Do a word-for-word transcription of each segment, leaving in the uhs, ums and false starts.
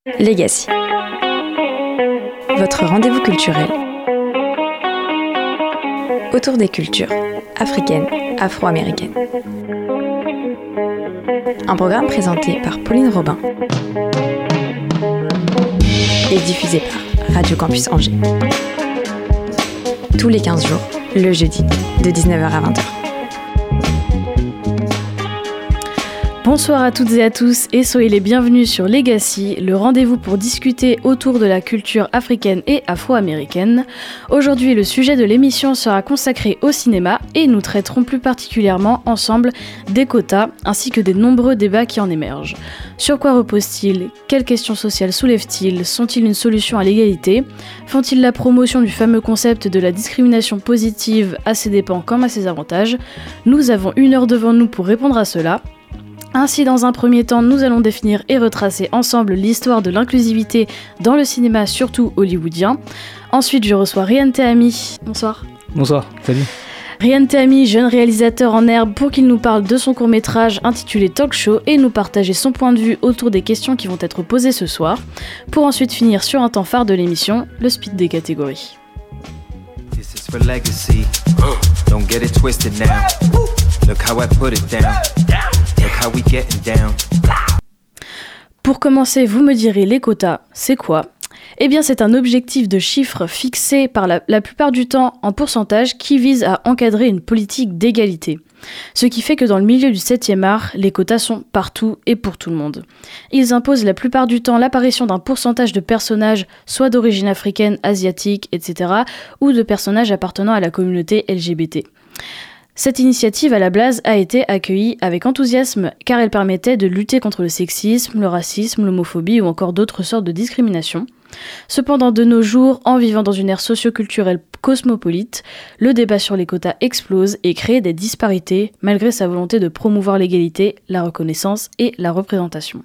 Legacy, votre rendez-vous culturel autour des cultures africaines, afro-américaines. Un programme présenté par Pauline Robin et diffusé par Radio Campus Angers. Tous les quinze jours, le jeudi, de dix-neuf heures à vingt heures. Bonsoir à toutes et à tous et soyez les bienvenus sur Legacy, le rendez-vous pour discuter autour de la culture africaine et afro-américaine. Aujourd'hui, le sujet de l'émission sera consacré au cinéma et nous traiterons plus particulièrement ensemble des quotas ainsi que des nombreux débats qui en émergent. Sur quoi repose-t-il ? Quelles questions sociales soulèvent-ils ? Sont-ils une solution à l'égalité ? Font-ils la promotion du fameux concept de la discrimination positive à ses dépens comme à ses avantages ? Nous avons une heure devant nous pour répondre à cela. Ainsi, dans un premier temps, nous allons définir et retracer ensemble l'histoire de l'inclusivité dans le cinéma, surtout hollywoodien. Ensuite, je reçois Ryan Tehami. Bonsoir. Bonsoir, salut. Ryan Tehami, jeune réalisateur en herbe, pour qu'il nous parle de son court-métrage intitulé Talk Show et nous partager son point de vue autour des questions qui vont être posées ce soir, pour ensuite finir sur un temps phare de l'émission, le speed des catégories. This is for legacy. Don't get it twisted now. Look how I put it down. Look how we getting down. Pour commencer, vous me direz, les quotas, c'est quoi ? Eh bien, c'est un objectif de chiffres fixé par la, la plupart du temps en pourcentage qui vise à encadrer une politique d'égalité. Ce qui fait que dans le milieu du septième art, les quotas sont partout et pour tout le monde. Ils imposent la plupart du temps l'apparition d'un pourcentage de personnages soit d'origine africaine, asiatique, et cetera, ou de personnages appartenant à la communauté L G B T. Cette initiative à la base a été accueillie avec enthousiasme car elle permettait de lutter contre le sexisme, le racisme, l'homophobie ou encore d'autres sortes de discriminations. Cependant, de nos jours, en vivant dans une ère socio-culturelle cosmopolite, le débat sur les quotas explose et crée des disparités malgré sa volonté de promouvoir l'égalité, la reconnaissance et la représentation.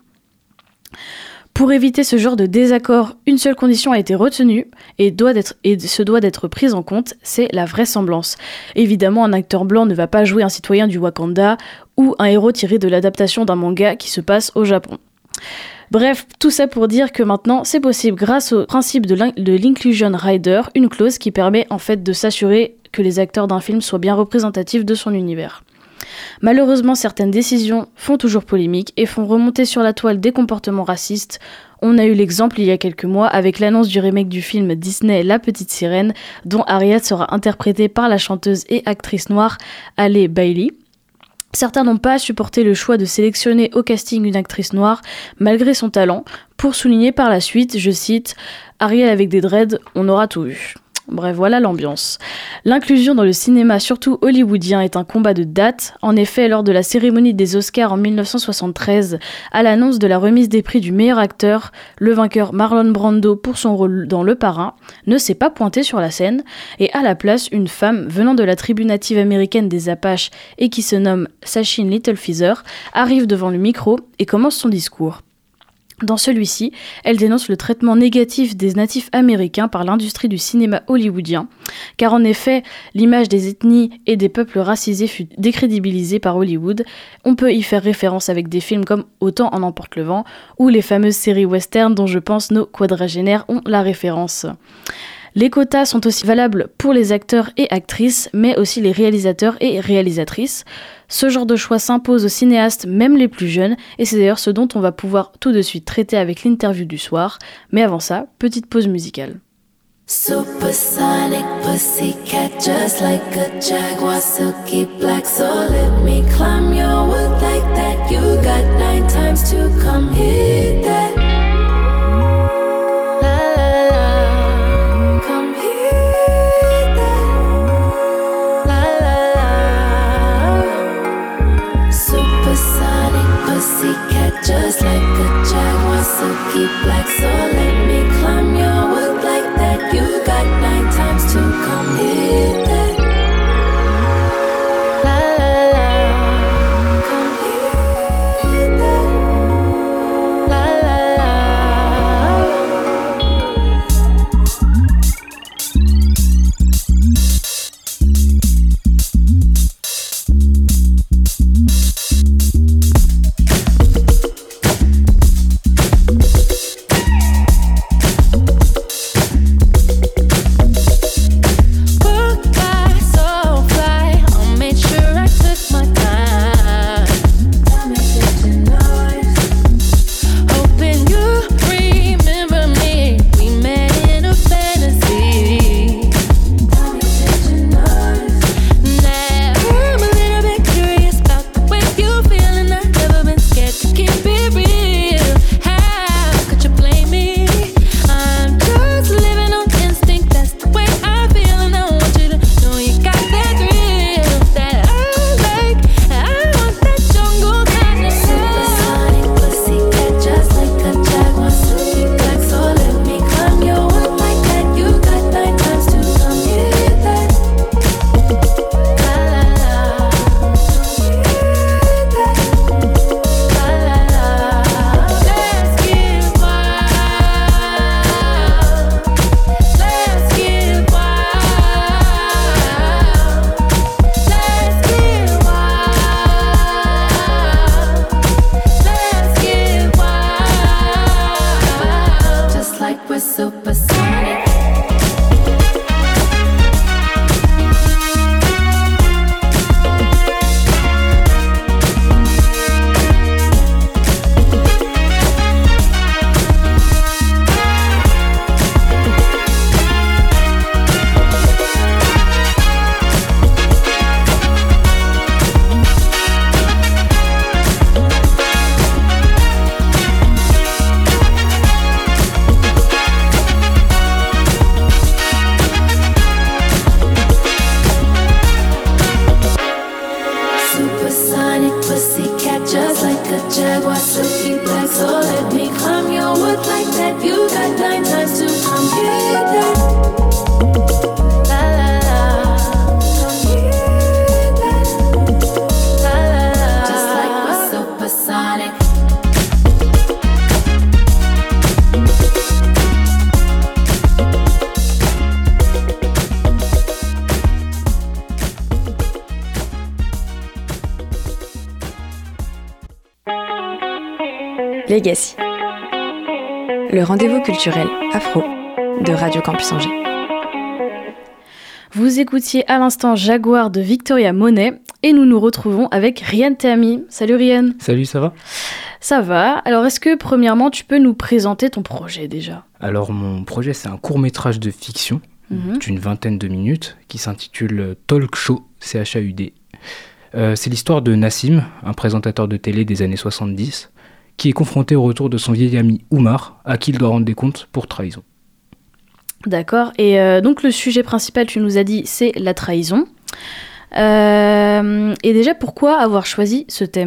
Pour éviter ce genre de désaccord, une seule condition a été retenue et, doit d'être, et se doit d'être prise en compte, c'est la vraisemblance. Évidemment, un acteur blanc ne va pas jouer un citoyen du Wakanda ou un héros tiré de l'adaptation d'un manga qui se passe au Japon. Bref, tout ça pour dire que maintenant, c'est possible grâce au principe de, de l'Inclusion Rider, une clause qui permet en fait de s'assurer que les acteurs d'un film soient bien représentatifs de son univers. Malheureusement, certaines décisions font toujours polémique et font remonter sur la toile des comportements racistes. On a eu l'exemple il y a quelques mois avec l'annonce du remake du film Disney La Petite Sirène, dont Ariel sera interprétée par la chanteuse et actrice noire Halle Bailey. Certains n'ont pas supporté le choix de sélectionner au casting une actrice noire malgré son talent, pour souligner par la suite, je cite, « Ariel avec des dreads, on aura tout vu ». Bref, voilà l'ambiance. L'inclusion dans le cinéma, surtout hollywoodien, est un combat de date. En effet, lors de la cérémonie des Oscars en dix-neuf cent soixante-treize, à l'annonce de la remise des prix du meilleur acteur, le vainqueur Marlon Brando pour son rôle dans Le Parrain ne s'est pas pointé sur la scène, et à la place, une femme venant de la tribu native américaine des Apaches et qui se nomme Sachin Little Feather arrive devant le micro et commence son discours. Dans celui-ci, elle dénonce le traitement négatif des natifs américains par l'industrie du cinéma hollywoodien, car en effet, l'image des ethnies et des peuples racisés fut décrédibilisée par Hollywood. On peut y faire référence avec des films comme Autant en emporte le vent, ou les fameuses séries western dont je pense nos quadragénaires ont la référence. Les quotas sont aussi valables pour les acteurs et actrices, mais aussi les réalisateurs et réalisatrices. Ce genre de choix s'impose aux cinéastes, même les plus jeunes, et c'est d'ailleurs ce dont on va pouvoir tout de suite traiter avec l'interview du soir. Mais avant ça, petite pause musicale. Supersonic pussycat, just like a jaguar, silky black, so let me climb your wood like that. You got nine times to come hit that. Just like a jaguar, silky black, so let me climb your wood like that. You got nine times to come hit that. La la la, come hit that. La la la. like a jaguar, silky black. So let me climb your wood like that. You got nine times to come get that. La la la, come get that. La la la, just like my supersonic. Legacy, le rendez-vous culturel afro de Radio Campus Angers. Vous écoutiez à l'instant Jaguar de Victoria Monet et nous nous retrouvons avec Ryan Tehami. Salut Ryan. Salut, ça va ? Ça va. Alors est-ce que premièrement tu peux nous présenter ton projet déjà ? Alors mon projet c'est un court-métrage de fiction mm-hmm. d'une vingtaine de minutes qui s'intitule Talk Show, C H A U D. Euh, c'est l'histoire de Nassim, un présentateur de télé des années soixante-dix, qui est confronté au retour de son vieil ami Oumar, à qui il doit rendre des comptes pour trahison. D'accord, et euh, donc le sujet principal, tu nous as dit, c'est la trahison. Euh, et déjà, pourquoi avoir choisi ce thème ?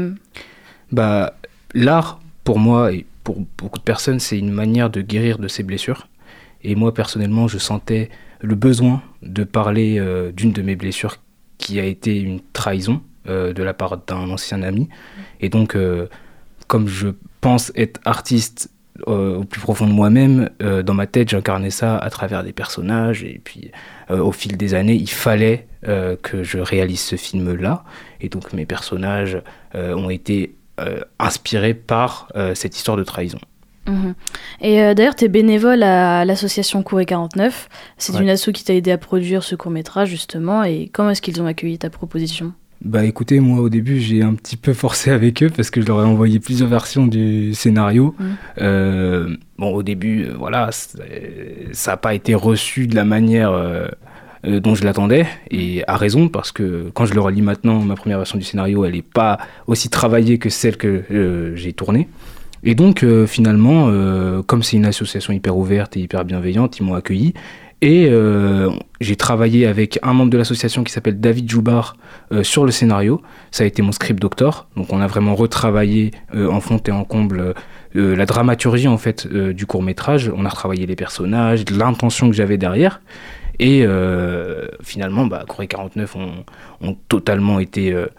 Bah, l'art, pour moi et pour beaucoup de personnes, c'est une manière de guérir de ses blessures. Et moi, personnellement, je sentais le besoin de parler euh, d'une de mes blessures qui a été une trahison euh, de la part d'un ancien ami. Et donc... Euh, Comme je pense être artiste euh, au plus profond de moi-même, euh, dans ma tête, j'incarnais ça à travers des personnages. Et puis, euh, au fil des années, il fallait euh, que je réalise ce film-là. Et donc, mes personnages euh, ont été euh, inspirés par euh, cette histoire de trahison. Mmh. Et euh, d'ailleurs, tu es bénévole à l'association Couré quarante-neuf. C'est ouais. une asso qui t'a aidé à produire ce court-métrage, justement. Et comment est-ce qu'ils ont accueilli ta proposition ? Bah écoutez, moi au début j'ai un petit peu forcé avec eux parce que je leur ai envoyé plusieurs versions du scénario. Mmh. Euh, bon au début, euh, voilà, ça n'a pas été reçu de la manière euh, euh, dont je l'attendais, et à raison, parce que quand je le relis maintenant, ma première version du scénario, elle n'est pas aussi travaillée que celle que euh, j'ai tournée. Et donc euh, finalement, euh, comme c'est une association hyper ouverte et hyper bienveillante, ils m'ont accueilli. Et euh, j'ai travaillé avec un membre de l'association qui s'appelle David Joubar euh, sur le scénario. Ça a été mon script doctor. Donc on a vraiment retravaillé euh, en fond et en comble euh, la dramaturgie en fait euh, du court-métrage. On a retravaillé les personnages, l'intention que j'avais derrière. Et euh, finalement, bah, Couré quarante-neuf ont, ont totalement été euh,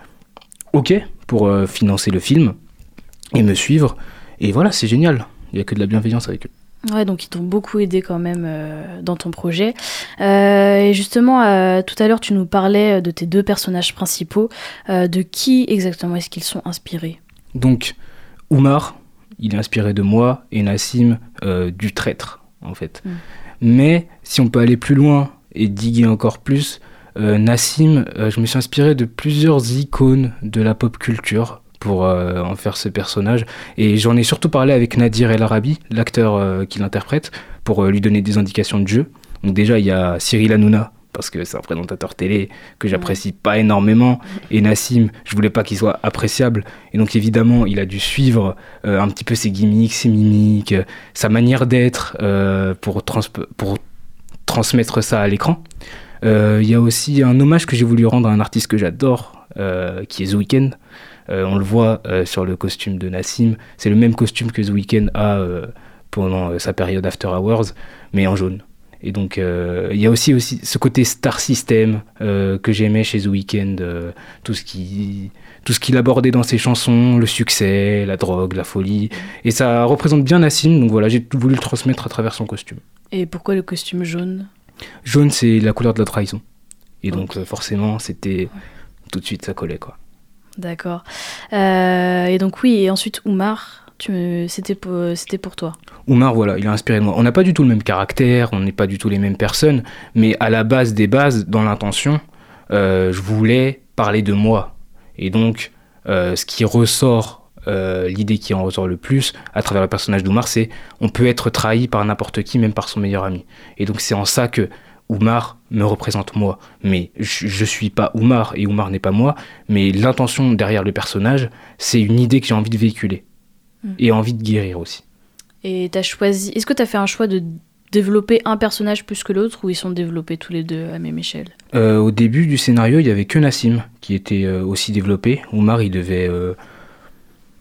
OK pour euh, financer le film et me suivre. Et voilà, c'est génial. Il n'y a que de la bienveillance avec eux. Ouais, donc ils t'ont beaucoup aidé quand même euh, dans ton projet. Euh, et justement, euh, tout à l'heure, tu nous parlais de tes deux personnages principaux. Euh, de qui exactement est-ce qu'ils sont inspirés ? Donc, Oumar, il est inspiré de moi, et Nassim, euh, du traître, en fait. Mm. Mais, si on peut aller plus loin et diguer encore plus, euh, Nassim, euh, je me suis inspiré de plusieurs icônes de la pop culture pour euh, en faire ce personnage. Et j'en ai surtout parlé avec Nadir El Arabi, l'acteur euh, qui l'interprète, pour euh, lui donner des indications de jeu. Donc déjà, il y a Cyril Hanouna, parce que c'est un présentateur télé que j'apprécie pas énormément. Et Nassim, je voulais pas qu'il soit appréciable. Et donc évidemment, il a dû suivre euh, un petit peu ses gimmicks, ses mimiques, euh, sa manière d'être euh, pour, trans- pour transmettre ça à l'écran. Il euh, y a aussi un hommage que j'ai voulu rendre à un artiste que j'adore, euh, qui est The Weeknd. Euh, on le voit euh, sur le costume de Nassim. C'est le même costume que The Weeknd a euh, pendant euh, sa période After Hours, mais en jaune. Et donc, il euh, y a aussi, aussi ce côté star system euh, que j'aimais chez The Weeknd, euh, tout ce qui, tout ce qu'il abordait dans ses chansons, le succès, la drogue, la folie. Et ça représente bien Nassim, donc voilà, j'ai voulu le transmettre à travers son costume. Et pourquoi le costume jaune ? Jaune, c'est la couleur de la trahison. Et donc, okay. euh, forcément, c'était... Tout de suite, ça collait, quoi. D'accord. Euh, et donc oui, et ensuite Oumar, tu me... c'était, pour, c'était pour toi. Oumar, voilà, il a inspiré de moi. On n'a pas du tout le même caractère, on n'est pas du tout les mêmes personnes, mais à la base des bases, dans l'intention, euh, je voulais parler de moi. Et donc, euh, ce qui ressort, euh, l'idée qui en ressort le plus à travers le personnage d'Oumar, c'est on peut être trahi par n'importe qui, même par son meilleur ami. Et donc c'est en ça que Oumar me représente moi, mais je, je suis pas Oumar et Oumar n'est pas moi, mais l'intention derrière le personnage, c'est une idée que j'ai envie de véhiculer mmh. et envie de guérir aussi. Et t'as choisi, est-ce que t'as fait un choix de développer un personnage plus que l'autre ou ils sont développés tous les deux à même échelle ? euh, Au début du scénario, il y avait que Nassim qui était euh, aussi développé. Oumar, il devait euh,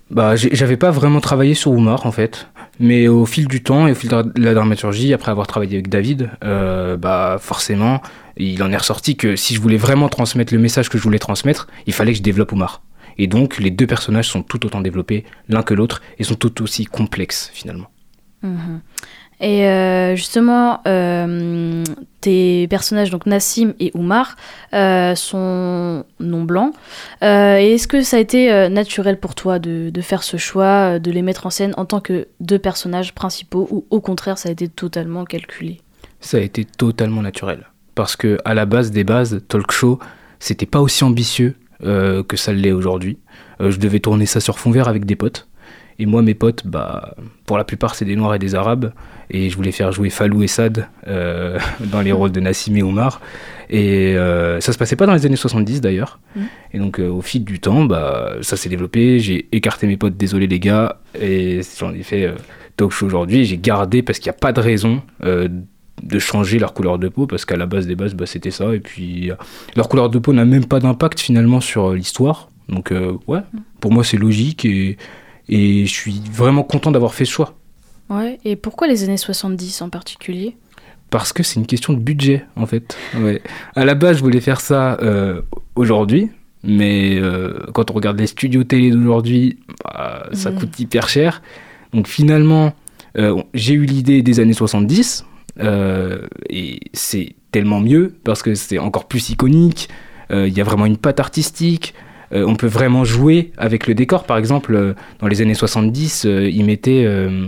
Bah, j'ai, j'avais pas vraiment travaillé sur Oumar en fait, mais au fil du temps et au fil de la dramaturgie, après avoir travaillé avec David, euh, bah forcément, il en est ressorti que si je voulais vraiment transmettre le message que je voulais transmettre, il fallait que je développe Oumar. Et donc les deux personnages sont tout autant développés l'un que l'autre et sont tout aussi complexes finalement. Mmh. Et euh, justement, euh, tes personnages, donc Nassim et Oumar, euh, sont non blancs. Euh, et est-ce que ça a été euh, naturel pour toi de, de faire ce choix, de les mettre en scène en tant que deux personnages principaux, ou au contraire, ça a été totalement calculé ? Ça a été totalement naturel. Parce que à la base des bases, Talk Show, c'était pas aussi ambitieux euh, que ça l'est aujourd'hui. Euh, je devais tourner ça sur fond vert avec des potes. Et moi, mes potes, bah, pour la plupart, c'est des Noirs et des Arabes. Et je voulais faire jouer Fallou et Sad euh, dans les rôles de Nassim et Oumar. Et euh, ça se passait pas dans les années soixante-dix, d'ailleurs. Mmh. Et donc, euh, au fil du temps, bah, ça s'est développé. J'ai écarté mes potes, désolé les gars. Et j'en ai fait euh, Talk Show aujourd'hui. J'ai gardé, parce qu'il n'y a pas de raison euh, de changer leur couleur de peau. Parce qu'à la base des bases, bah, c'était ça. Et puis, euh, leur couleur de peau n'a même pas d'impact, finalement, sur euh, l'histoire. Donc, euh, ouais, mmh. pour moi, c'est logique. Et... Et je suis vraiment content d'avoir fait ce choix. Ouais, et pourquoi les années soixante-dix en particulier ? Parce que c'est une question de budget, en fait. Ouais. À la base, je voulais faire ça euh, aujourd'hui, mais euh, quand on regarde les studios télé d'aujourd'hui, bah, ça mmh. coûte hyper cher. Donc finalement, euh, j'ai eu l'idée des années soixante-dix, euh, et c'est tellement mieux, parce que c'est encore plus iconique, il euh, y a vraiment une patte artistique. Euh, on peut vraiment jouer avec le décor. Par exemple, euh, dans les années soixante-dix, euh, ils mettaient euh,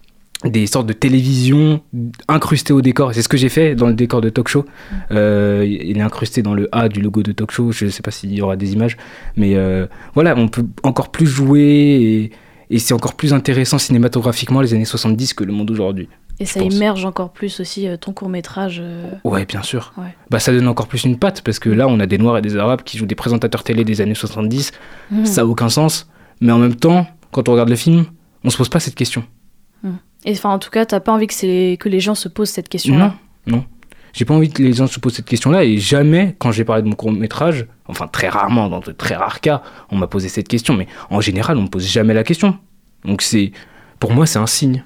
des sortes de télévisions incrustées au décor. Et c'est ce que j'ai fait dans le décor de Talk Show. Euh, il est incrusté dans le A du logo de Talk Show. Je ne sais pas s'il y aura des images. Mais euh, voilà, on peut encore plus jouer et, et c'est encore plus intéressant cinématographiquement les années soixante-dix que le monde aujourd'hui. Et ça pense. Immerge encore plus aussi euh, ton court-métrage. Euh... Ouais, bien sûr. Ouais. Bah, ça donne encore plus une patte, parce que là, on a des Noirs et des Arabes qui jouent des présentateurs télé des années soixante-dix. Mmh. Ça n'a aucun sens. Mais en même temps, quand on regarde le film, on ne se pose pas cette question. Mmh. Et en tout cas, tu n'as pas envie que, c'est... que les gens se posent cette question-là ? Non, non. J'ai pas envie que les gens se posent cette question-là. Et jamais, quand j'ai parlé de mon court-métrage, enfin très rarement, dans de très rares cas, on m'a posé cette question. Mais en général, on ne me pose jamais la question. Donc c'est, pour moi, c'est un signe.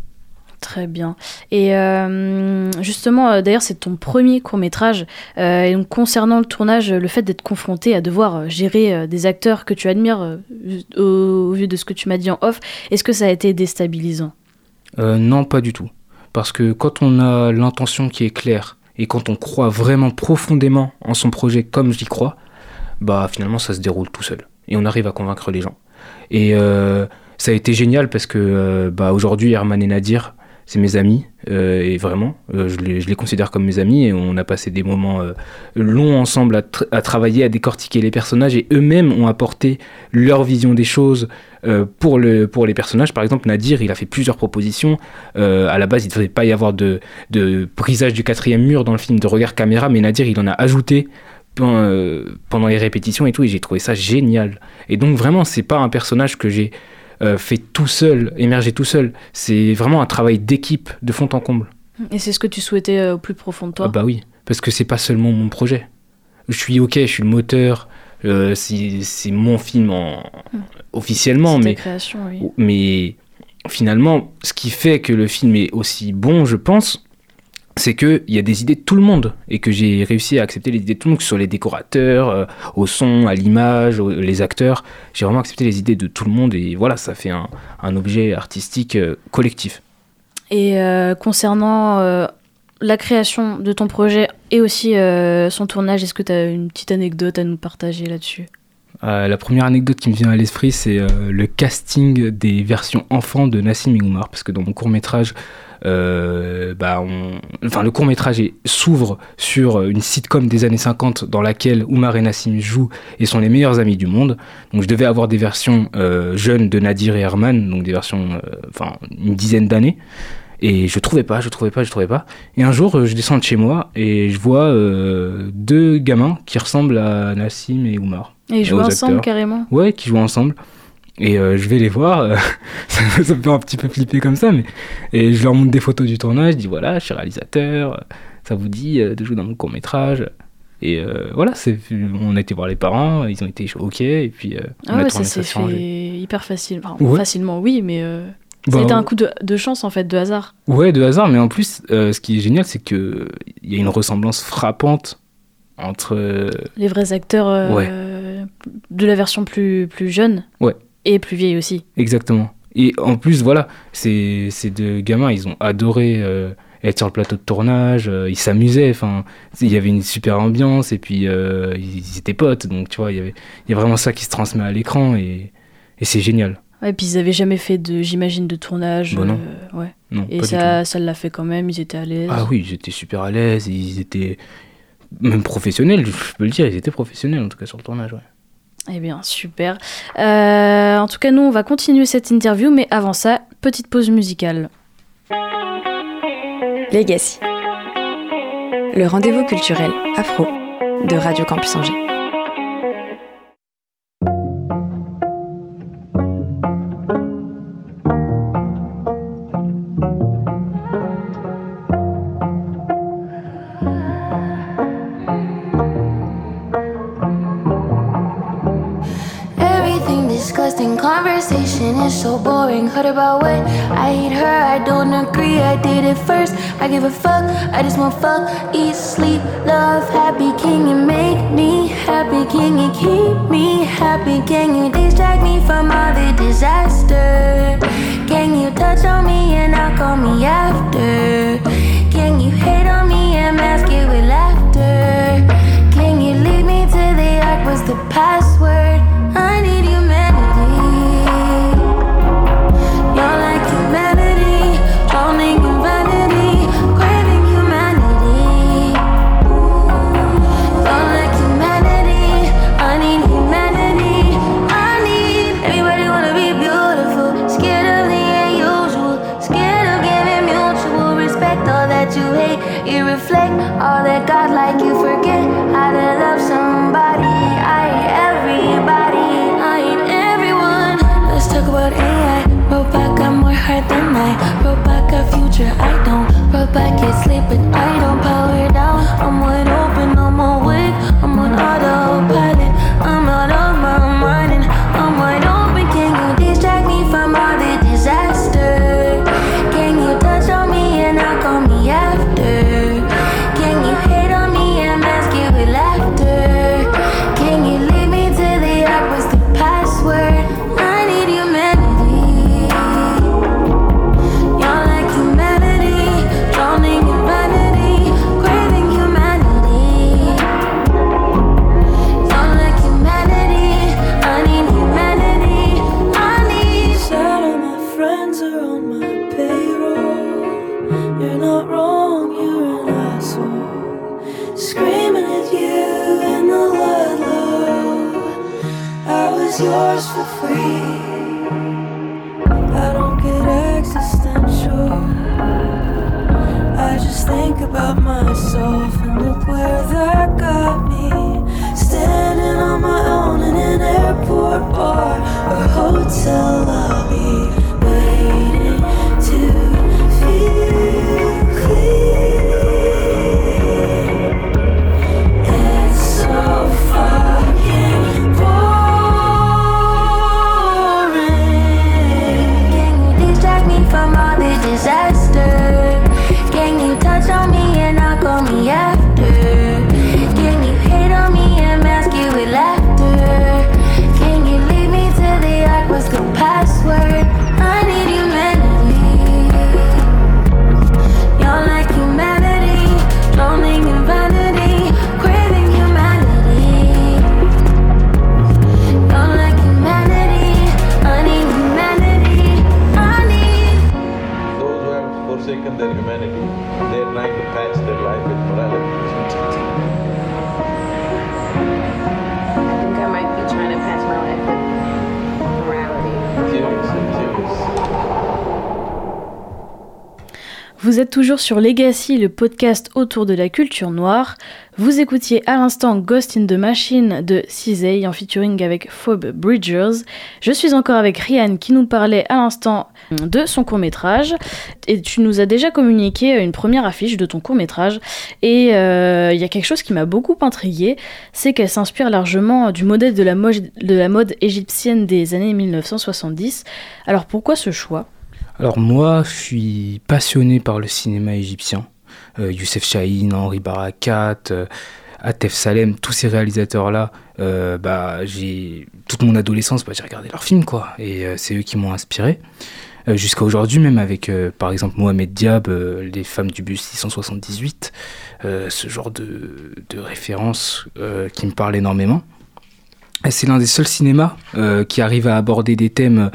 Très bien. Et euh, justement, euh, d'ailleurs, c'est ton premier court-métrage. Euh, et donc, concernant le tournage, le fait d'être confronté à devoir gérer euh, des acteurs que tu admires, euh, au, au vu de ce que tu m'as dit en off, est-ce que ça a été déstabilisant ? euh, Non, pas du tout. Parce que quand on a l'intention qui est claire et quand on croit vraiment profondément en son projet comme j'y crois, bah finalement, ça se déroule tout seul. Et on arrive à convaincre les gens. Et euh, ça a été génial parce que euh, bah, aujourd'hui, Herman et Nadir, c'est mes amis, euh, et vraiment, euh, je, les, je les considère comme mes amis, et on a passé des moments euh, longs ensemble à, tra- à travailler, à décortiquer les personnages, et eux-mêmes ont apporté leur vision des choses euh, pour, le, pour les personnages. Par exemple, Nadir, il a fait plusieurs propositions. Euh, à la base, il ne devait pas y avoir de, de brisage du quatrième mur dans le film, de regard caméra, mais Nadir, il en a ajouté pendant, euh, pendant les répétitions et tout, et j'ai trouvé ça génial. Et donc, vraiment, c'est pas un personnage que j'ai Euh, fait tout seul, émerger tout seul. C'est vraiment un travail d'équipe de fond en comble. Et c'est ce que tu souhaitais euh, au plus profond de toi ? Ah bah oui, parce que c'est pas seulement mon projet. Je suis ok, je suis le moteur, euh, c'est, c'est mon film en... mmh. officiellement, c'est mais, ta création, oui. mais finalement, ce qui fait que le film est aussi bon, je pense, c'est qu'il y a des idées de tout le monde et que j'ai réussi à accepter les idées de tout le monde, que ce soit les décorateurs, euh, au son, à l'image, au, les acteurs. J'ai vraiment accepté les idées de tout le monde et voilà, ça fait un, un objet artistique euh, collectif. Et euh, concernant euh, la création de ton projet et aussi euh, son tournage, est-ce que tu as une petite anecdote à nous partager là-dessus ? Euh, la première anecdote qui me vient à l'esprit, c'est euh, le casting des versions enfants de Nassim et Oumar, parce que dans mon court-métrage, euh, bah on... enfin, le court-métrage est... s'ouvre sur une sitcom des années cinquante dans laquelle Oumar et Nassim jouent et sont les meilleurs amis du monde. Donc je devais avoir des versions euh, jeunes de Nadir et Herman, donc des versions, enfin euh, une dizaine d'années. Et je trouvais pas, je trouvais pas, je trouvais pas. Et un jour, je descends de chez moi et je vois euh, deux gamins qui ressemblent à Nassim et Oumar. Et ils jouent ensemble acteurs. Carrément. Ouais, qui jouent ensemble. Et euh, je vais les voir. Euh, ça, ça me fait un petit peu flipper comme ça, mais et je leur montre des photos du tournage. Je dis voilà, je suis réalisateur. Ça vous dit euh, de jouer dans mon court métrage. Et euh, voilà, c'est, on a été voir les parents, ils ont été choqués, et puis euh, on ah a ouais, tourné ça s'est sur Angers. fait hyper facile. Enfin, Ouais. Facilement, oui, mais euh, Bah, ça a été un coup de, de chance, en fait, de hasard. Ouais, de hasard, mais en plus, euh, ce qui est génial, c'est qu'il y a une ressemblance frappante entre... euh, Les vrais acteurs euh, Ouais. de la version plus, plus jeune Ouais. et plus vieille aussi. Exactement. Et en plus, voilà, ces, ces deux gamins, ils ont adoré euh, être sur le plateau de tournage, euh, ils s'amusaient, enfin, il y avait une super ambiance, et puis euh, ils, ils étaient potes, donc tu vois, il y avait, il y a vraiment ça qui se transmet à l'écran, et, et c'est génial. Ouais, et puis ils avaient jamais fait de, j'imagine, de tournage. Bah non. euh, ouais. Non, Et pas du ça, ça l'a fait quand même, ils étaient à l'aise. Ah oui, ils étaient super à l'aise, ils étaient même professionnels, je peux le dire, ils étaient professionnels en tout cas sur le tournage, ouais. Eh bien, super. Euh, en tout cas, nous, on va continuer cette interview, mais avant ça, petite pause musicale. Legacy. Le rendez-vous culturel afro de Radio Campus Angers. Everything disgusting, conversation is so boring. Heard about what? I hate her, I don't agree. I did it first, I give a fuck. I just want fuck, eat, sleep, love, happy. Can you make me happy? Can you keep me happy? Can you distract me from all the disaster? Can you touch on me and not call me after? Can you hate on me and mask it with laughter? Can you lead me to the ark? Was the password? I need humanity. You're like humanity, drowning in vanity, craving humanity. You're like humanity, I need humanity. I need everybody wanna be beautiful, scared of the unusual, scared of giving mutual respect. All that you hate, you reflect. All that God like, you forget how to love somebody. I hate everybody. Talk about A I. Robot got more heart than I. Robot got future, I don't. Robot can sleep, but I don't. Power down, I'm wide open, I'm awake, I'm on autopilot. I'm out of my mind and I'm wide open. Can you distract me from all the disaster? Can you touch on me and not call me after? Can you hate on me and mask it with laughter? Can you lead me to the ark? Was the password? I need humanity. You're like humanity, drowning in vanity, craving humanity. You're like humanity, I need humanity. I need. Sad all my friends are on my payroll. You're not wrong, you're an asshole. Screaming at you in the Ludlow. I was yours for free. I don't get existential. I just think about myself and look where that got me. Standing on my own in an airport bar or hotel lobby, waiting to feel clean. It's so fucking boring. From all the disaster, can you touch on me and not call me after? Can you hate on me and mask it with laughter? Can you lead me to the ark? What's the password? I need humanity. You're like humanity, drowning in vanity, craving humanity. You're like humanity, I need humanity. I need. Those who have forsaken their humanity, they are trying to patch their life with morality. I think I might be trying to patch my life with morality. Seriously. Vous êtes toujours sur Legacy, le podcast autour de la culture noire. Vous écoutiez à l'instant Ghost in the Machine de Cizay en featuring avec Phoebe Bridgers. Je suis encore avec Ryan qui nous parlait à l'instant de son court-métrage. Et tu nous as déjà communiqué une première affiche de ton court-métrage. Et il euh, y a quelque chose qui m'a beaucoup intriguée, c'est qu'elle s'inspire largement du modèle de la, mo- de la mode égyptienne des années dix-neuf cent soixante-dix. Alors pourquoi ce choix ? Alors moi, je suis passionné par le cinéma égyptien. Euh, Youssef Chahine, Henri Barakat, euh, Atef Salem, tous ces réalisateurs-là, euh, bah, j'ai toute mon adolescence, bah, j'ai regardé leurs films, quoi. Et euh, c'est eux qui m'ont inspiré. Euh, jusqu'à aujourd'hui, même avec, euh, par exemple, Mohamed Diab, euh, Les Femmes du bus six cent soixante-dix-huit, euh, ce genre de, de références euh, qui me parlent énormément. Et c'est l'un des seuls cinémas euh, qui arrive à aborder des thèmes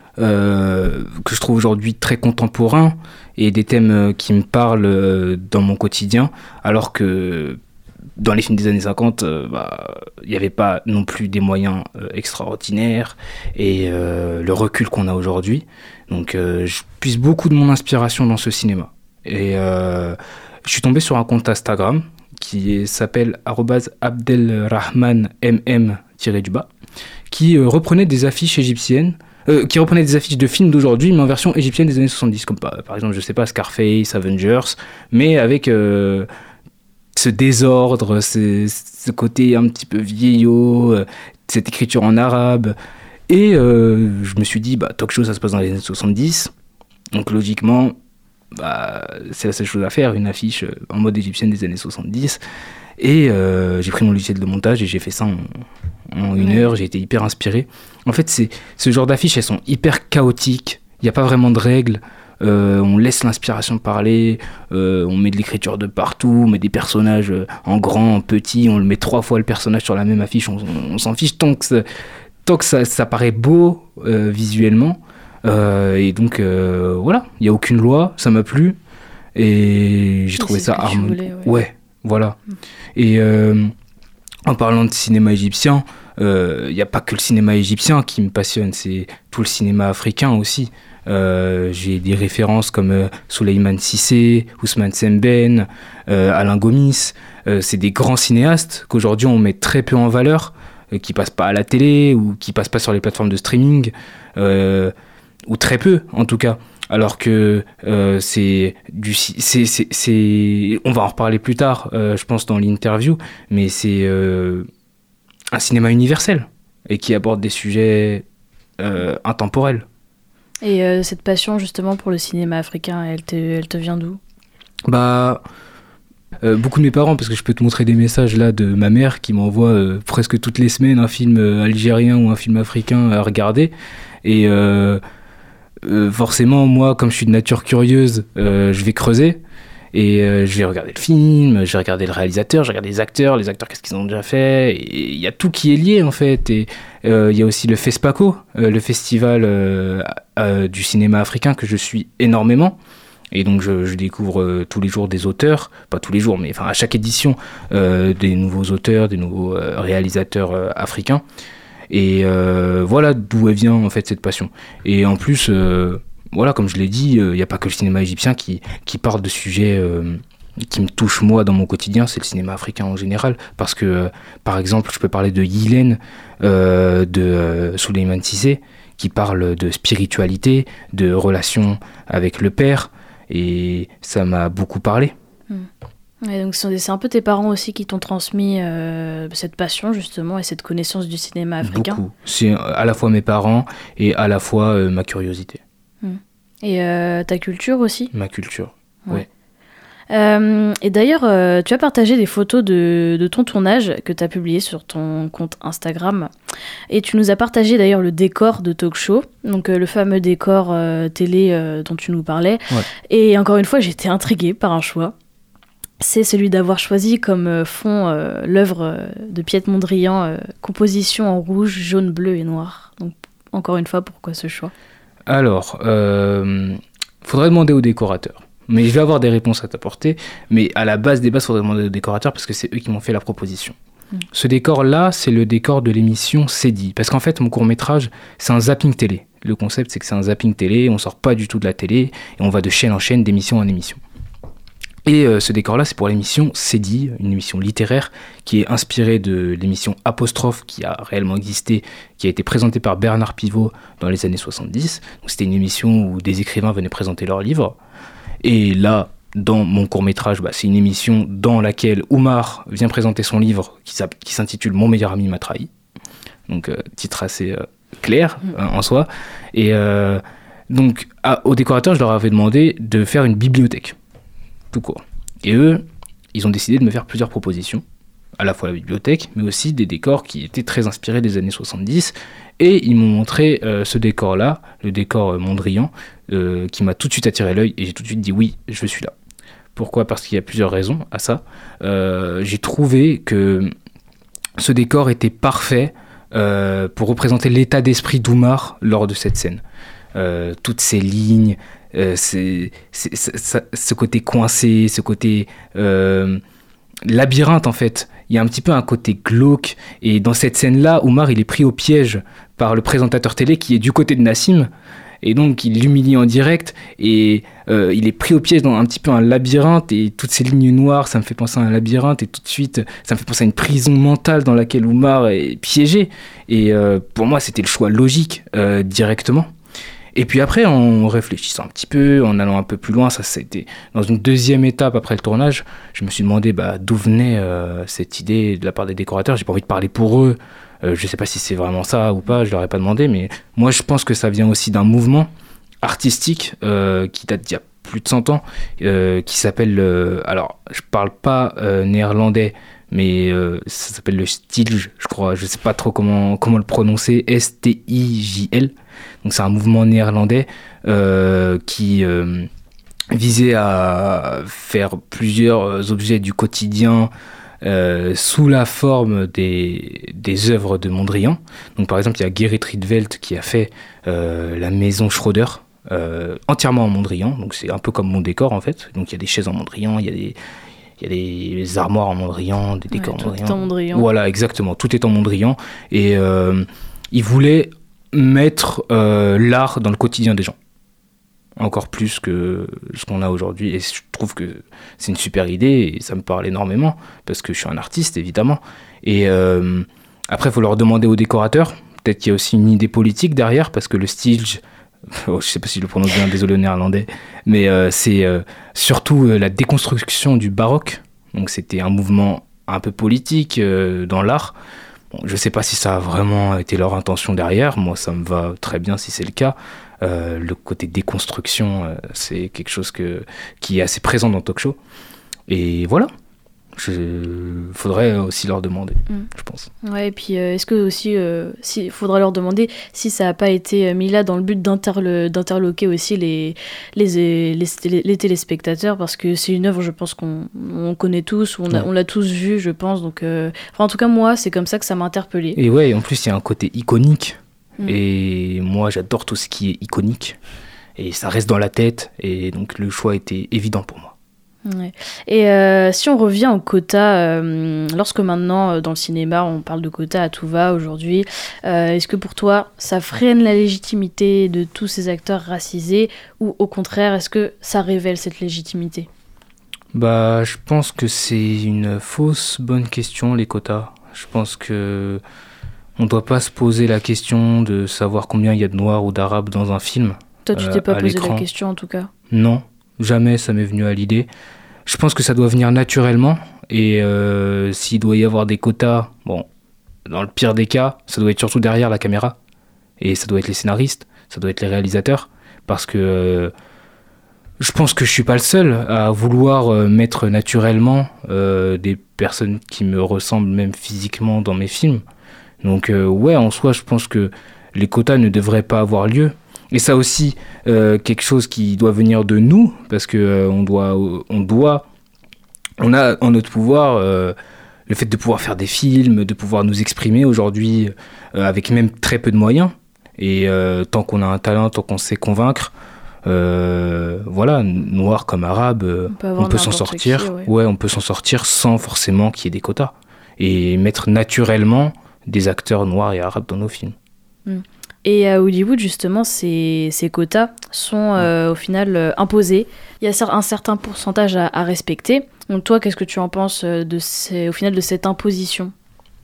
Euh, que je trouve aujourd'hui très contemporains et des thèmes euh, qui me parlent euh, dans mon quotidien, alors que dans les films des années cinquante, euh, bah, il n'y avait pas non plus des moyens euh, extraordinaires et euh, le recul qu'on a aujourd'hui. Donc euh, je puise beaucoup de mon inspiration dans ce cinéma. Et euh, je suis tombé sur un compte Instagram qui est, s'appelle arobase abdelrahman m m tiret du bas, qui euh, reprenait des affiches égyptiennes Euh, qui reprenait des affiches de films d'aujourd'hui, mais en version égyptienne des années soixante-dix, comme par, par exemple, je sais pas, Scarface, Avengers, mais avec euh, ce désordre, ce, ce côté un petit peu vieillot, euh, cette écriture en arabe. Et euh, je me suis dit, bah, talk show, ça se passe dans les années soixante-dix, donc logiquement, bah, c'est la seule chose à faire, une affiche en mode égyptienne des années soixante-dix. Et euh, j'ai pris mon logiciel de montage et j'ai fait ça en, en une heure, j'ai été hyper inspiré. En fait, c'est, ce genre d'affiches, elles sont hyper chaotiques, il n'y a pas vraiment de règles, euh, on laisse l'inspiration parler, euh, on met de l'écriture de partout, on met des personnages en grand, en petit, on le met trois fois le personnage sur la même affiche, on, on, on s'en fiche tant que ça, tant que ça, ça paraît beau euh, visuellement. Euh, et donc, euh, voilà, il n'y a aucune loi, ça m'a plu, et j'ai et trouvé ça harmonieux. Ouais. ouais. Voilà. Et euh, en parlant de cinéma égyptien, il euh, n'y a pas que le cinéma égyptien qui me passionne, c'est tout le cinéma africain aussi. Euh, j'ai des références comme euh, Souleymane Cissé, Ousmane Sembène, euh, Alain Gomis. Euh, c'est des grands cinéastes qu'aujourd'hui on met très peu en valeur, euh, qui passent pas à la télé ou qui passent pas sur les plateformes de streaming, euh, ou très peu en tout cas. Alors que euh, c'est du, c'est, c'est, c'est, on va en reparler plus tard, euh, je pense dans l'interview, mais c'est euh, un cinéma universel et qui aborde des sujets euh, intemporels. Et euh, cette passion justement pour le cinéma africain, elle te, elle te vient d'où ? Bah, euh, beaucoup de mes parents, parce que je peux te montrer des messages là de ma mère qui m'envoie euh, presque toutes les semaines un film algérien ou un film africain à regarder. Et euh, Euh, forcément, moi, comme je suis de nature curieuse, euh, je vais creuser et euh, je vais regarder le film, je vais regarder le réalisateur, je vais regarder les acteurs, les acteurs qu'est-ce qu'ils ont déjà fait. Il y a tout qui est lié en fait. Et il euh, y a aussi le FESPACO, euh, le festival euh, euh, du cinéma africain que je suis énormément. Et donc je, je découvre euh, tous les jours des auteurs, pas tous les jours, mais enfin à chaque édition, euh, des nouveaux auteurs, des nouveaux euh, réalisateurs euh, africains. Et euh, voilà d'où elle vient en fait cette passion. Et en plus, euh, voilà, comme je l'ai dit, il euh, n'y a pas que le cinéma égyptien qui, qui parle de sujets euh, qui me touchent moi dans mon quotidien, c'est le cinéma africain en général. Parce que, euh, par exemple, je peux parler de Yilen, euh, de euh, Souleymane Cissé, qui parle de spiritualité, de relation avec le père, et ça m'a beaucoup parlé. Mmh. Et donc c'est un peu tes parents aussi qui t'ont transmis euh, cette passion justement et cette connaissance du cinéma africain. Beaucoup. C'est à la fois mes parents et à la fois euh, ma curiosité. Mmh. Et euh, ta culture aussi ? Ma culture, ouais. ouais. Euh, et d'ailleurs, euh, tu as partagé des photos de, de ton tournage que tu as publié sur ton compte Instagram. Et tu nous as partagé d'ailleurs le décor de Talk Show, donc euh, le fameux décor euh, télé euh, dont tu nous parlais. Ouais. Et encore une fois, j'ai été intriguée par un choix. C'est celui d'avoir choisi comme fond euh, l'œuvre euh, de Piet Mondrian, euh, composition en rouge, jaune, bleu et noir. Donc, encore une fois, pourquoi ce choix ? Alors, euh, faudrait demander au décorateur. Mais je vais avoir des réponses à t'apporter. Mais à la base des bases, il faudrait demander au décorateur parce que c'est eux qui m'ont fait la proposition. Mmh. Ce décor-là, c'est le décor de l'émission Cédille. Parce qu'en fait, mon court-métrage, c'est un zapping télé. Le concept, c'est que c'est un zapping télé, on sort pas du tout de la télé, et on va de chaîne en chaîne, d'émission en émission. Et euh, ce décor-là, c'est pour l'émission C'est dit, une émission littéraire qui est inspirée de l'émission Apostrophe qui a réellement existé, qui a été présentée par Bernard Pivot dans les années soixante-dix. Donc, c'était une émission où des écrivains venaient présenter leurs livres. Et là, dans mon court-métrage, bah, c'est une émission dans laquelle Oumar vient présenter son livre qui, qui s'intitule Mon meilleur ami m'a trahi. Donc, euh, titre assez euh, clair euh, en soi. Et euh, donc, à, aux décorateurs, je leur avais demandé de faire une bibliothèque. Tout court. Et eux, ils ont décidé de me faire plusieurs propositions, à la fois la bibliothèque, mais aussi des décors qui étaient très inspirés des années soixante-dix. Et ils m'ont montré euh, ce décor-là, le décor euh, Mondrian, euh, qui m'a tout de suite attiré l'œil, et j'ai tout de suite dit oui, je suis là. Pourquoi ? Parce qu'il y a plusieurs raisons à ça. Euh, j'ai trouvé que ce décor était parfait euh, pour représenter l'état d'esprit d'Oumar lors de cette scène. Euh, toutes ces lignes, Euh, c'est, c'est, c'est, c'est, ce côté coincé, ce côté euh, labyrinthe en fait. Il y a un petit peu un côté glauque. Et dans cette scène-là, Oumar il est pris au piège par le présentateur télé qui est du côté de Nassim. Et donc il l'humilie en direct. Et euh, il est pris au piège dans un petit peu un labyrinthe. Et toutes ces lignes noires, ça me fait penser à un labyrinthe. Et tout de suite, ça me fait penser à une prison mentale dans laquelle Oumar est piégé. Et euh, pour moi, c'était le choix logique euh, directement. Et puis après, en réfléchissant un petit peu, en allant un peu plus loin, ça c'était dans une deuxième étape après le tournage, je me suis demandé bah, d'où venait euh, cette idée de la part des décorateurs. J'ai pas envie de parler pour eux, euh, je sais pas si c'est vraiment ça ou pas, je leur ai pas demandé, mais moi je pense que ça vient aussi d'un mouvement artistique euh, qui date d'il y a plus de cent ans, euh, qui s'appelle, euh, alors je parle pas euh, néerlandais, mais euh, ça s'appelle le Stilj, je crois, je sais pas trop comment, comment le prononcer, S T I J L. Donc c'est un mouvement néerlandais euh, qui euh, visait à faire plusieurs objets du quotidien euh, sous la forme des, des œuvres de Mondrian. Donc par exemple, il y a Gerrit Rietveld qui a fait euh, la maison Schroeder, euh, entièrement en Mondrian. Donc c'est un peu comme mon décor en fait. Donc il y a des chaises en Mondrian, il y a des... Il y a des, des armoires en Mondrian, des décors ouais, en Mondrian. Tout est en Mondrian. Voilà, exactement. Tout est en Mondrian. Et euh, il voulait mettre euh, l'art dans le quotidien des gens. Encore plus que ce qu'on a aujourd'hui. Et je trouve que c'est une super idée et ça me parle énormément parce que je suis un artiste, évidemment. Et euh, après, il faut leur demander aux décorateurs. Peut-être qu'il y a aussi une idée politique derrière parce que le Stilj, oh, je ne sais pas si je le prononce bien, désolé au néerlandais, mais euh, c'est euh, surtout euh, la déconstruction du baroque. Donc c'était un mouvement un peu politique euh, dans l'art. Bon, je ne sais pas si ça a vraiment été leur intention derrière. Moi, ça me va très bien si c'est le cas. Euh, le côté déconstruction, euh, c'est quelque chose que, qui est assez présent dans Talk Show. Et voilà. Il faudrait aussi leur demander, mmh. je pense. Ouais, et puis euh, est-ce que aussi, euh, si, faudrait leur demander si ça n'a pas été mis là dans le but d'interlo- d'interloquer aussi les, les, les, les, les téléspectateurs, parce que c'est une œuvre, je pense, qu'on on connaît tous, on, a, ouais. on l'a tous vue, je pense. Donc, euh, enfin, en tout cas, moi, c'est comme ça que ça m'a interpellée. Et ouais, en plus, il y a un côté iconique. Mmh. Et moi, j'adore tout ce qui est iconique. Et ça reste dans la tête. Et donc, le choix était évident pour moi. Ouais. Et euh, si on revient au quota, euh, lorsque maintenant dans le cinéma on parle de quota à tout va aujourd'hui, euh, est-ce que pour toi ça freine la légitimité de tous ces acteurs racisés ou au contraire est-ce que ça révèle cette légitimité ? Bah, je pense que c'est une fausse bonne question, les quotas. Je pense que on doit pas se poser la question de savoir combien il y a de noirs ou d'arabes dans un film. Toi tu euh, t'es pas posé l'écran. la question en tout cas ? Non. Jamais ça m'est venu à l'idée. Je pense que ça doit venir naturellement. Et euh, s'il doit y avoir des quotas, bon, dans le pire des cas, ça doit être surtout derrière la caméra. Et ça doit être les scénaristes, ça doit être les réalisateurs. Parce que euh, je pense que je suis pas le seul à vouloir euh, mettre naturellement euh, des personnes qui me ressemblent même physiquement dans mes films. Donc euh, ouais, en soi, je pense que les quotas ne devraient pas avoir lieu. Et ça aussi, euh, quelque chose qui doit venir de nous, parce que euh, on doit, on doit, on a en notre pouvoir euh, le fait de pouvoir faire des films, de pouvoir nous exprimer aujourd'hui euh, avec même très peu de moyens. Et euh, tant qu'on a un talent, tant qu'on sait convaincre, euh, voilà, noir comme arabe, euh, on peut, on peut s'en sortir. Qui, ouais. ouais, on peut s'en sortir sans forcément qu'il y ait des quotas et mettre naturellement des acteurs noirs et arabes dans nos films. Mmh. Et à Hollywood, justement, ces, ces quotas sont euh, au final euh, imposés. Il y a un certain pourcentage à, à respecter. Donc toi, qu'est-ce que tu en penses de ces, au final de cette imposition ?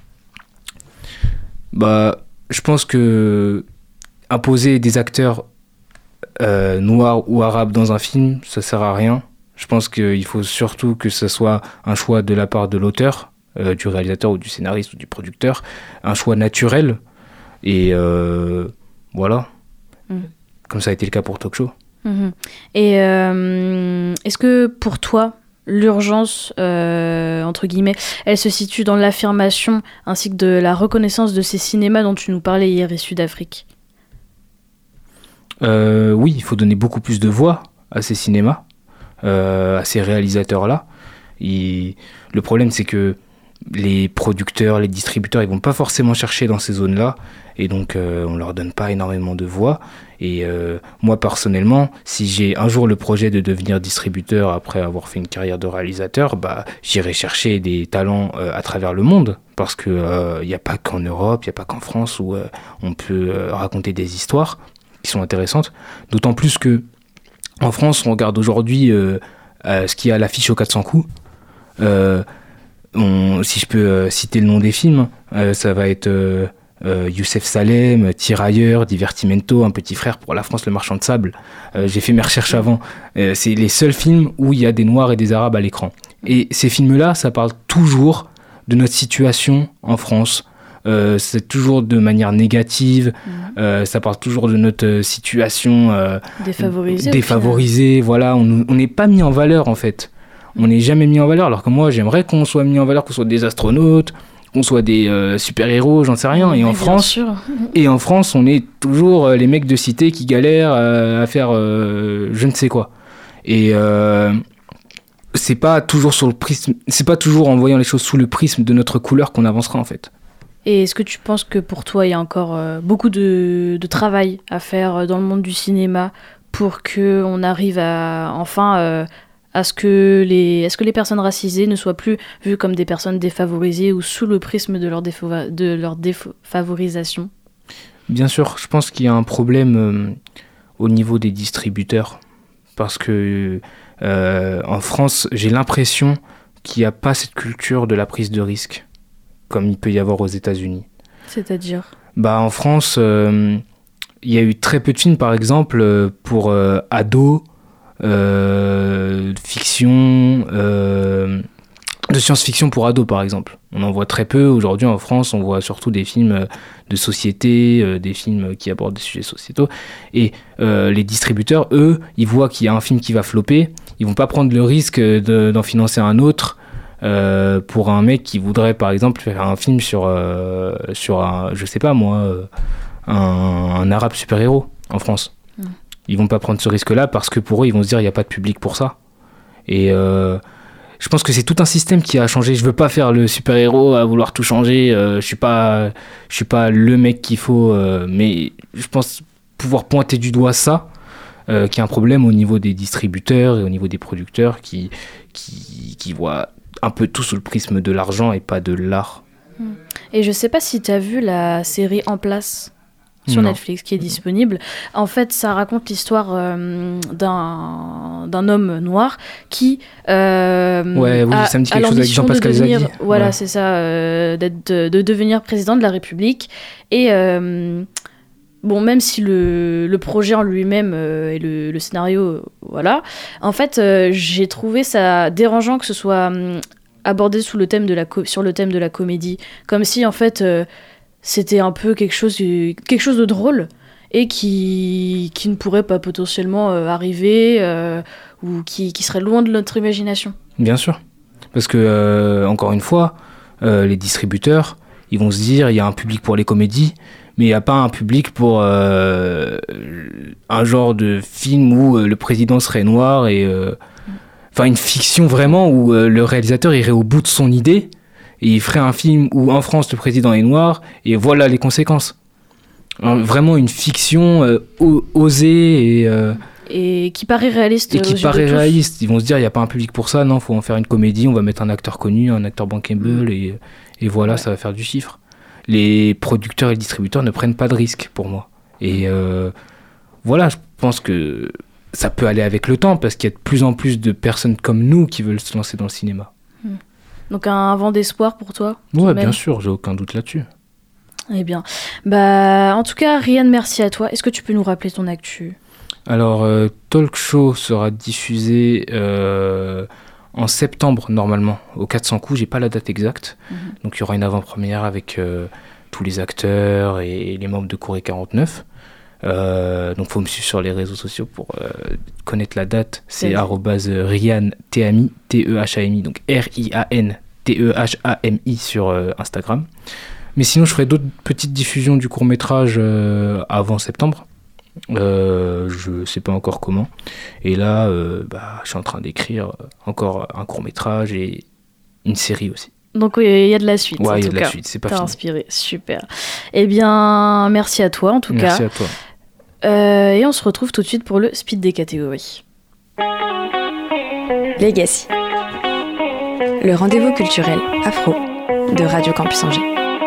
Bah, je pense que imposer des acteurs euh, noirs ou arabes dans un film, ça sert à rien. Je pense qu'il faut surtout que ce soit un choix de la part de l'auteur, euh, du réalisateur ou du scénariste ou du producteur, un choix naturel. Et euh, voilà, mmh. Comme ça a été le cas pour Talk Show. Mmh. Et euh, est-ce que pour toi, l'urgence, euh, entre guillemets, elle se situe dans l'affirmation ainsi que de la reconnaissance de ces cinémas dont tu nous parlais hier issus d'Afrique ? euh, Oui, il faut donner beaucoup plus de voix à ces cinémas, euh, à ces réalisateurs-là. Et le problème, c'est que les producteurs, les distributeurs, ils vont pas forcément chercher dans ces zones-là, et donc euh, on leur donne pas énormément de voix. Et euh, moi personnellement, si j'ai un jour le projet de devenir distributeur après avoir fait une carrière de réalisateur, bah j'irai chercher des talents euh, à travers le monde, parce que euh, y a pas qu'en Europe, il y a pas qu'en France où euh, on peut euh, raconter des histoires qui sont intéressantes. D'autant plus que en France, on regarde aujourd'hui euh, euh, ce qu'il y a à l'affiche aux quatre cents coups. Euh, On, si je peux euh, citer le nom des films, euh, ça va être euh, euh, Youssef Salem, Tirailleurs, Divertimento, Un petit frère pour la France, Le marchand de sable. Euh, j'ai fait mes recherches avant. Euh, c'est les seuls films où il y a des Noirs et des Arabes à l'écran. Et ces films-là, ça parle toujours de notre situation en France. Euh, c'est toujours de manière négative. Mmh. Euh, ça parle toujours de notre situation euh, défavorisée. Défavorisée, voilà. On n'est pas mis en valeur, en fait. On n'est jamais mis en valeur, alors que moi, j'aimerais qu'on soit mis en valeur, qu'on soit des astronautes, qu'on soit des euh, super-héros, j'en sais rien. Et en, France, et en France, on est toujours euh, les mecs de cité qui galèrent euh, à faire euh, je ne sais quoi. Et euh, c'est pas toujours sur le prisme, c'est pas toujours en voyant les choses sous le prisme de notre couleur qu'on avancera, en fait. Et est-ce que tu penses que pour toi, il y a encore euh, beaucoup de, de travail à faire dans le monde du cinéma pour qu'on arrive à enfin... Euh, à ce que les, à ce que les personnes racisées ne soient plus vues comme des personnes défavorisées ou sous le prisme de leur, défava- de leur défavorisation ? Bien sûr, je pense qu'il y a un problème euh, au niveau des distributeurs. Parce que euh, en France, j'ai l'impression qu'il n'y a pas cette culture de la prise de risque, comme il peut y avoir aux États-Unis. C'est-à-dire ? Bah, en France, euh, il y a eu très peu de films, par exemple, pour euh, ados, Euh, fiction, euh, de science-fiction pour ados par exemple. On en voit très peu aujourd'hui en France, on voit surtout des films de société, euh, des films qui abordent des sujets sociétaux. Et euh, les distributeurs, eux, ils voient qu'il y a un film qui va flopper, ils vont pas prendre le risque de, d'en financer un autre euh, pour un mec qui voudrait par exemple faire un film sur, euh, sur un, je sais pas moi, un, un arabe super-héros en France. Mmh. Ils vont pas prendre ce risque-là parce que pour eux, ils vont se dire il n'y a pas de public pour ça. Et euh, je pense que c'est tout un système qui a changé. Je veux pas faire le super-héros à vouloir tout changer. Euh, je suis pas, je suis pas le mec qu'il faut. Euh, mais je pense pouvoir pointer du doigt ça, euh, qu'il y a un problème au niveau des distributeurs et au niveau des producteurs qui, qui, qui voient un peu tout sous le prisme de l'argent et pas de l'art. Et je sais pas si tu as vu la série En place sur non. Netflix, qui est disponible. En fait, ça raconte l'histoire euh, d'un, d'un homme noir qui euh, ouais, oui, a, ça me dit quelque a chose avec Jean-Pascal de devenir, Zaghi. voilà, ouais. c'est ça, euh, d'être, de, de devenir président de la République. Et euh, bon, même si le, le projet en lui-même euh, et le, le scénario, euh, voilà, en fait, euh, j'ai trouvé ça dérangeant que ce soit euh, abordé sous le thème de la co- sur le thème de la comédie, comme si en fait euh, c'était un peu quelque chose, quelque chose de drôle et qui, qui ne pourrait pas potentiellement euh, arriver euh, ou qui, qui serait loin de notre imagination. Bien sûr, parce que euh, encore une fois, euh, les distributeurs, ils vont se dire il y a un public pour les comédies, mais il n'y a pas un public pour euh, un genre de film où euh, le président serait noir et euh, enfin une fiction vraiment où euh, le réalisateur irait au bout de son idée. Et il ferait un film où en France le président est noir et voilà les conséquences. Alors, vraiment une fiction euh, osée et, euh, et qui paraît réaliste. Et qui paraît réaliste. Ils vont se dire il n'y a pas un public pour ça, non, il faut en faire une comédie, on va mettre un acteur connu, un acteur bankable et, et voilà, ouais. Ça va faire du chiffre. Les producteurs et les distributeurs ne prennent pas de risques pour moi. Et euh, voilà, je pense que ça peut aller avec le temps parce qu'il y a de plus en plus de personnes comme nous qui veulent se lancer dans le cinéma. Mmh. Donc un vent d'espoir pour toi? Ouais, bien sûr, j'ai aucun doute là-dessus. Eh bien, bah, en tout cas, Ryan, merci à toi. Est-ce que tu peux nous rappeler ton actu? Alors, euh, Talk Show sera diffusé euh, en septembre, normalement, au quatre cents coups. J'ai pas la date exacte. Mmh. Donc, il y aura une avant-première avec euh, tous les acteurs et les membres de Corée quarante-neuf. Euh, donc, il faut me suivre sur les réseaux sociaux pour euh, connaître la date. C'est arrobase Ryan Thami, T E H A M I, donc R I A N T E H A M I sur euh, Instagram. Mais sinon, je ferai d'autres petites diffusions du court-métrage euh, avant septembre. Euh, je sais pas encore comment. Et là, euh, bah, je suis en train d'écrire encore un court-métrage et une série aussi. Donc il oui, y a de la suite. Ouais, il y a de cas. la suite, c'est pas T'as fini. inspiré, super. Eh bien, merci à toi en tout merci cas. Merci à toi. Euh, et on se retrouve tout de suite pour le speed des catégories. Legacy. Le rendez-vous culturel afro de Radio Campus Angers.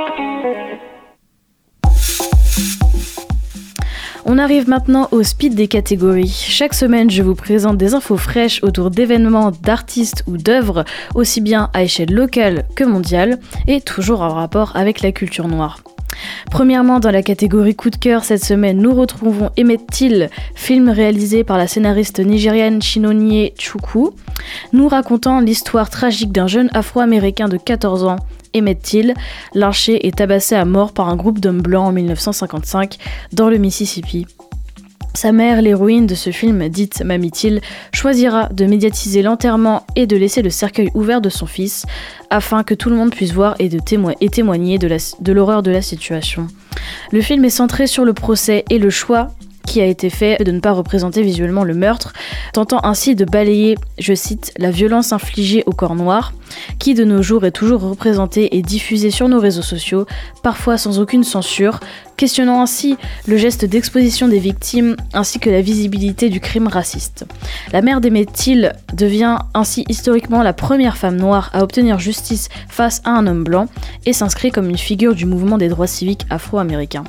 On arrive maintenant au speed des catégories. Chaque semaine, je vous présente des infos fraîches autour d'événements, d'artistes ou d'œuvres, aussi bien à échelle locale que mondiale, et toujours en rapport avec la culture noire. Premièrement, dans la catégorie coup de cœur, cette semaine, nous retrouvons Emmett Till, film réalisé par la scénariste nigériane Chinonye Chukwu, nous racontant l'histoire tragique d'un jeune afro-américain de quatorze ans, Emmett Till, lynché et tabassé à mort par un groupe d'hommes blancs en dix-neuf cent cinquante-cinq dans le Mississippi. Sa mère, l'héroïne de ce film, dite Mamie Till, choisira de médiatiser l'enterrement et de laisser le cercueil ouvert de son fils, afin que tout le monde puisse voir et, de témo- et témoigner de, la, de l'horreur de la situation. Le film est centré sur le procès et le choix qui a été fait de ne pas représenter visuellement le meurtre, tentant ainsi de balayer, je cite, la violence infligée au corps noir, qui de nos jours est toujours représentée et diffusée sur nos réseaux sociaux, parfois sans aucune censure, questionnant ainsi le geste d'exposition des victimes ainsi que la visibilité du crime raciste. La mère d'Emmett Till devient ainsi historiquement la première femme noire à obtenir justice face à un homme blanc et s'inscrit comme une figure du mouvement des droits civiques afro-américains.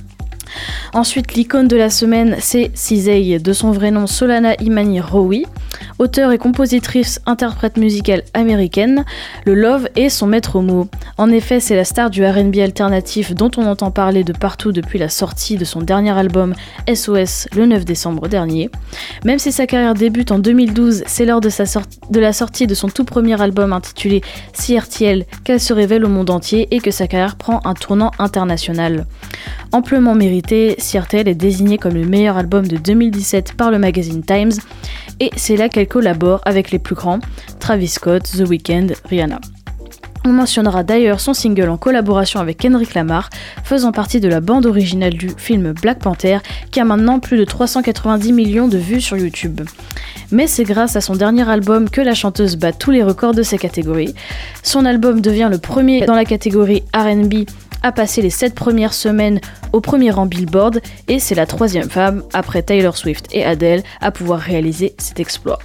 Ensuite, l'icône de la semaine, c'est Ceesay, de son vrai nom Solana Imani Rowi, auteure et compositrice interprète musicale américaine. Le love est son maître mot. En effet, c'est la star du R and B alternatif dont on entend parler de partout depuis la sortie de son dernier album S O S le neuf décembre dernier. Même si sa carrière débute en deux mille douze, c'est lors de, sa sort- de la sortie de son tout premier album intitulé C R T L qu'elle se révèle au monde entier et que sa carrière prend un tournant international. Amplement mérité, C R T L est désigné comme le meilleur album de deux mille dix-sept par le magazine Times et c'est là qu'elle collabore avec les plus grands, Travis Scott, The Weeknd, Rihanna. On mentionnera d'ailleurs son single en collaboration avec Kendrick Lamar, faisant partie de la bande originale du film Black Panther, qui a maintenant plus de trois cent quatre-vingt-dix millions de vues sur YouTube. Mais c'est grâce à son dernier album que la chanteuse bat tous les records de ces catégories. Son album devient le premier dans la catégorie R and B à passer les sept premières semaines au premier rang Billboard, et c'est la troisième femme, après Taylor Swift et Adele, à pouvoir réaliser cet exploit.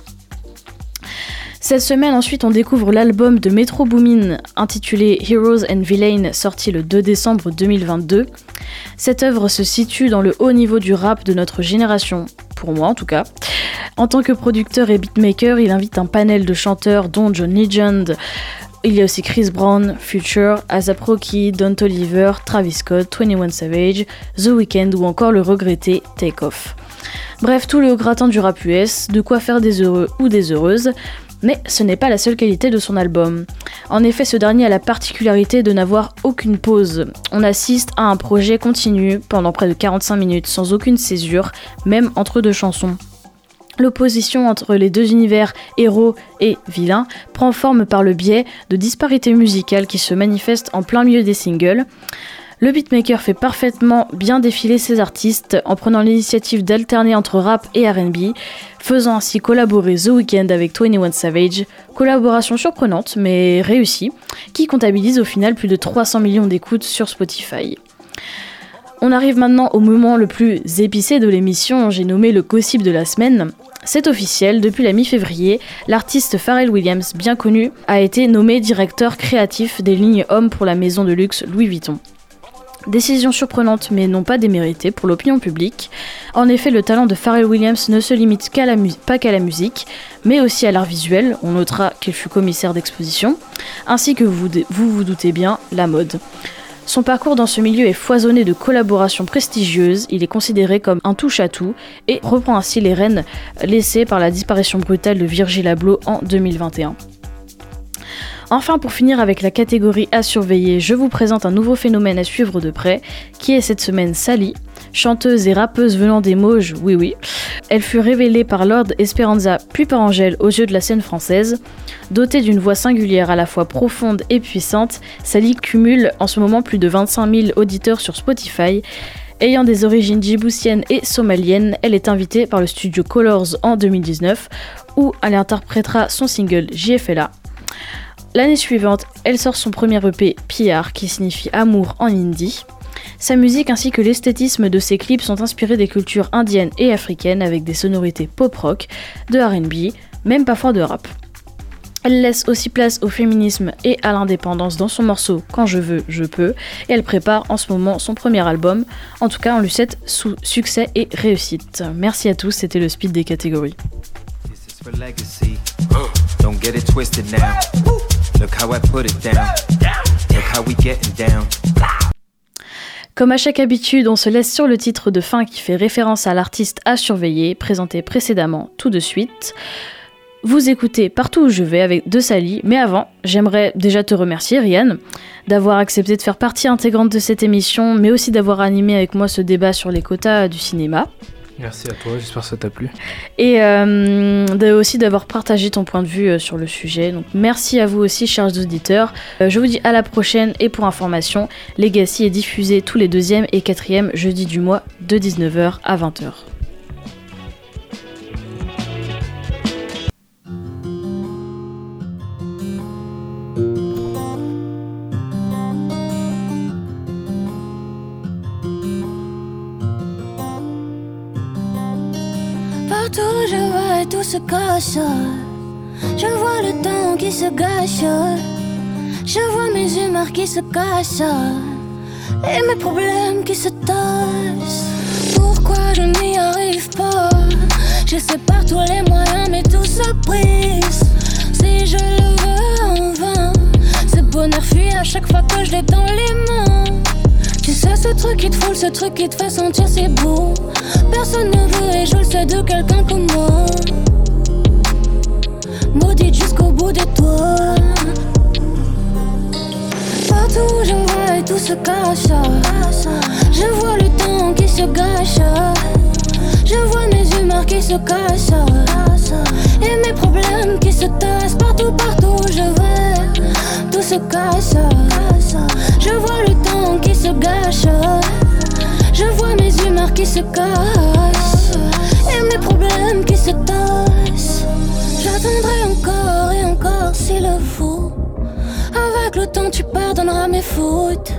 Cette semaine, ensuite, on découvre l'album de Metro Boomin intitulé Heroes and Villains, sorti le deux décembre deux mille vingt-deux. Cette œuvre se situe dans le haut niveau du rap de notre génération, pour moi en tout cas. En tant que producteur et beatmaker, il invite un panel de chanteurs dont John Legend. Il y a aussi Chris Brown, Future, A$ap Rocky, Don Toliver, Travis Scott, twenty-one Savage, The Weeknd ou encore le regretté Takeoff. Bref, tout le haut gratin du rap U S, de quoi faire des heureux ou des heureuses. Mais ce n'est pas la seule qualité de son album. En effet, ce dernier a la particularité de n'avoir aucune pause. On assiste à un projet continu pendant près de quarante-cinq minutes, sans aucune césure, même entre deux chansons. L'opposition entre les deux univers, héros et vilains, prend forme par le biais de disparités musicales qui se manifestent en plein milieu des singles. Le beatmaker fait parfaitement bien défiler ses artistes en prenant l'initiative d'alterner entre rap et R and B, faisant ainsi collaborer The Weeknd avec twenty-one Savage, collaboration surprenante mais réussie, qui comptabilise au final plus de trois cents millions d'écoutes sur Spotify. On arrive maintenant au moment le plus épicé de l'émission, j'ai nommé le gossip de la semaine. C'est officiel, depuis la mi-février, l'artiste Pharrell Williams, bien connu, a été nommé directeur créatif des lignes hommes pour la maison de luxe Louis Vuitton. Décision surprenante mais non pas déméritée pour l'opinion publique. En effet, le talent de Pharrell Williams ne se limite qu'à la mu- pas qu'à la musique, mais aussi à l'art visuel. On notera qu'il fut commissaire d'exposition, ainsi que vous vous, vous doutez bien, la mode. Son parcours dans ce milieu est foisonné de collaborations prestigieuses, il est considéré comme un touche-à-tout et reprend ainsi les rênes laissées par la disparition brutale de Virgil Abloh en deux mille vingt et un. Enfin, pour finir avec la catégorie à surveiller, je vous présente un nouveau phénomène à suivre de près, qui est cette semaine Sally, chanteuse et rappeuse venant des Mauges, oui oui. Elle fut révélée par Lord Esperanza puis par Angèle aux yeux de la scène française. Dotée d'une voix singulière à la fois profonde et puissante, Sally cumule en ce moment plus de vingt-cinq mille auditeurs sur Spotify. Ayant des origines djiboutiennes et somaliennes, elle est invitée par le studio Colors en deux mille dix-neuf, où elle interprétera son single J F L A. L'année suivante, elle sort son premier E P, Pyar, qui signifie amour en hindi. Sa musique ainsi que l'esthétisme de ses clips sont inspirés des cultures indiennes et africaines avec des sonorités pop-rock, de R and B, même parfois de rap. Elle laisse aussi place au féminisme et à l'indépendance dans son morceau Quand je veux, je peux, et elle prépare en ce moment son premier album. En tout cas, on lui souhaite sous succès et réussite. Merci à tous, c'était le speed des catégories. Don't get it twisted now. Look how I put it down. Look how we getting down. Comme à chaque habitude, on se laisse sur le titre de fin qui fait référence à l'artiste à surveiller, présenté précédemment tout de suite. Vous écoutez Partout où je vais avec De Sally, mais avant, j'aimerais déjà te remercier, Ryan, d'avoir accepté de faire partie intégrante de cette émission, mais aussi d'avoir animé avec moi ce débat sur les quotas du cinéma. Merci à toi, j'espère que ça t'a plu. Et euh, aussi d'avoir partagé ton point de vue euh, sur le sujet. Donc merci à vous aussi, chers auditeurs. Euh, je vous dis à la prochaine et pour information, Legacy est diffusé tous les deuxième et quatrième jeudis du mois de dix-neuf heures à vingt heures. Partout je vois et tout se cache. Je vois le temps qui se gâche. Je vois mes humeurs qui se cachent et mes problèmes qui se tassent. Pourquoi je n'y arrive pas? J'essaie par tous les moyens mais tout se brise. Si je le veux en vain, ce bonheur fuit à chaque fois que je l'ai dans les mains. Tu sais ce truc qui te foule, ce truc qui te fait sentir si beau. Personne ne veut et je le sais de quelqu'un comme moi. Maudite jusqu'au bout des doigts. Partout je vois et tout se cache. Je vois le temps qui se gâche. Je vois mes humeurs qui se cachent et mes problèmes qui se tassent. Partout, partout où je vais, tout se cache. Je vois le temps qui se gâche. Je vois mes humeurs qui se cachent et mes problèmes qui se tassent. J'attendrai encore et encore s'il le faut. Avec le temps tu pardonneras mes fautes.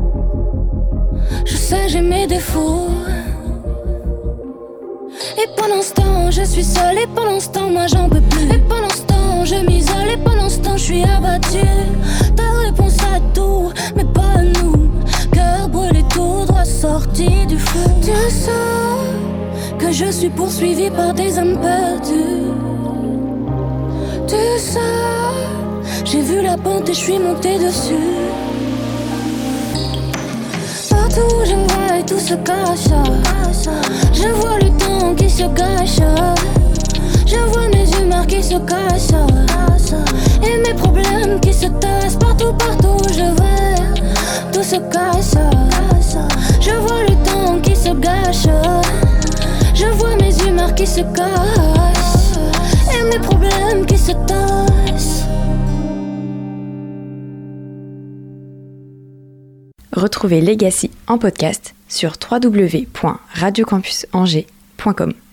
Je sais j'ai mes défauts. Et pendant ce temps je suis seule. Et pendant ce temps moi j'en peux plus. Et pendant ce temps je m'isole. Et pendant ce temps je suis abattue. Ta réponse à tout, mais pas à nous. Cœur brûlé tout droit sorti du feu. Tu sais que je suis poursuivie par des âmes perdues. Tu sais, j'ai vu la pente et je suis montée dessus. Partout je vois et tout se cache. Je vois le temps qui se gâche. Je vois mes humeurs qui se cachent et mes problèmes qui se tassent. Partout, partout où je vais, tout se cache. Je vois le temps qui se gâche. Je vois mes humeurs qui se cachent et mes problèmes qui se tassent. Retrouvez Legacy en podcast sur w w w point radio campus angers point com.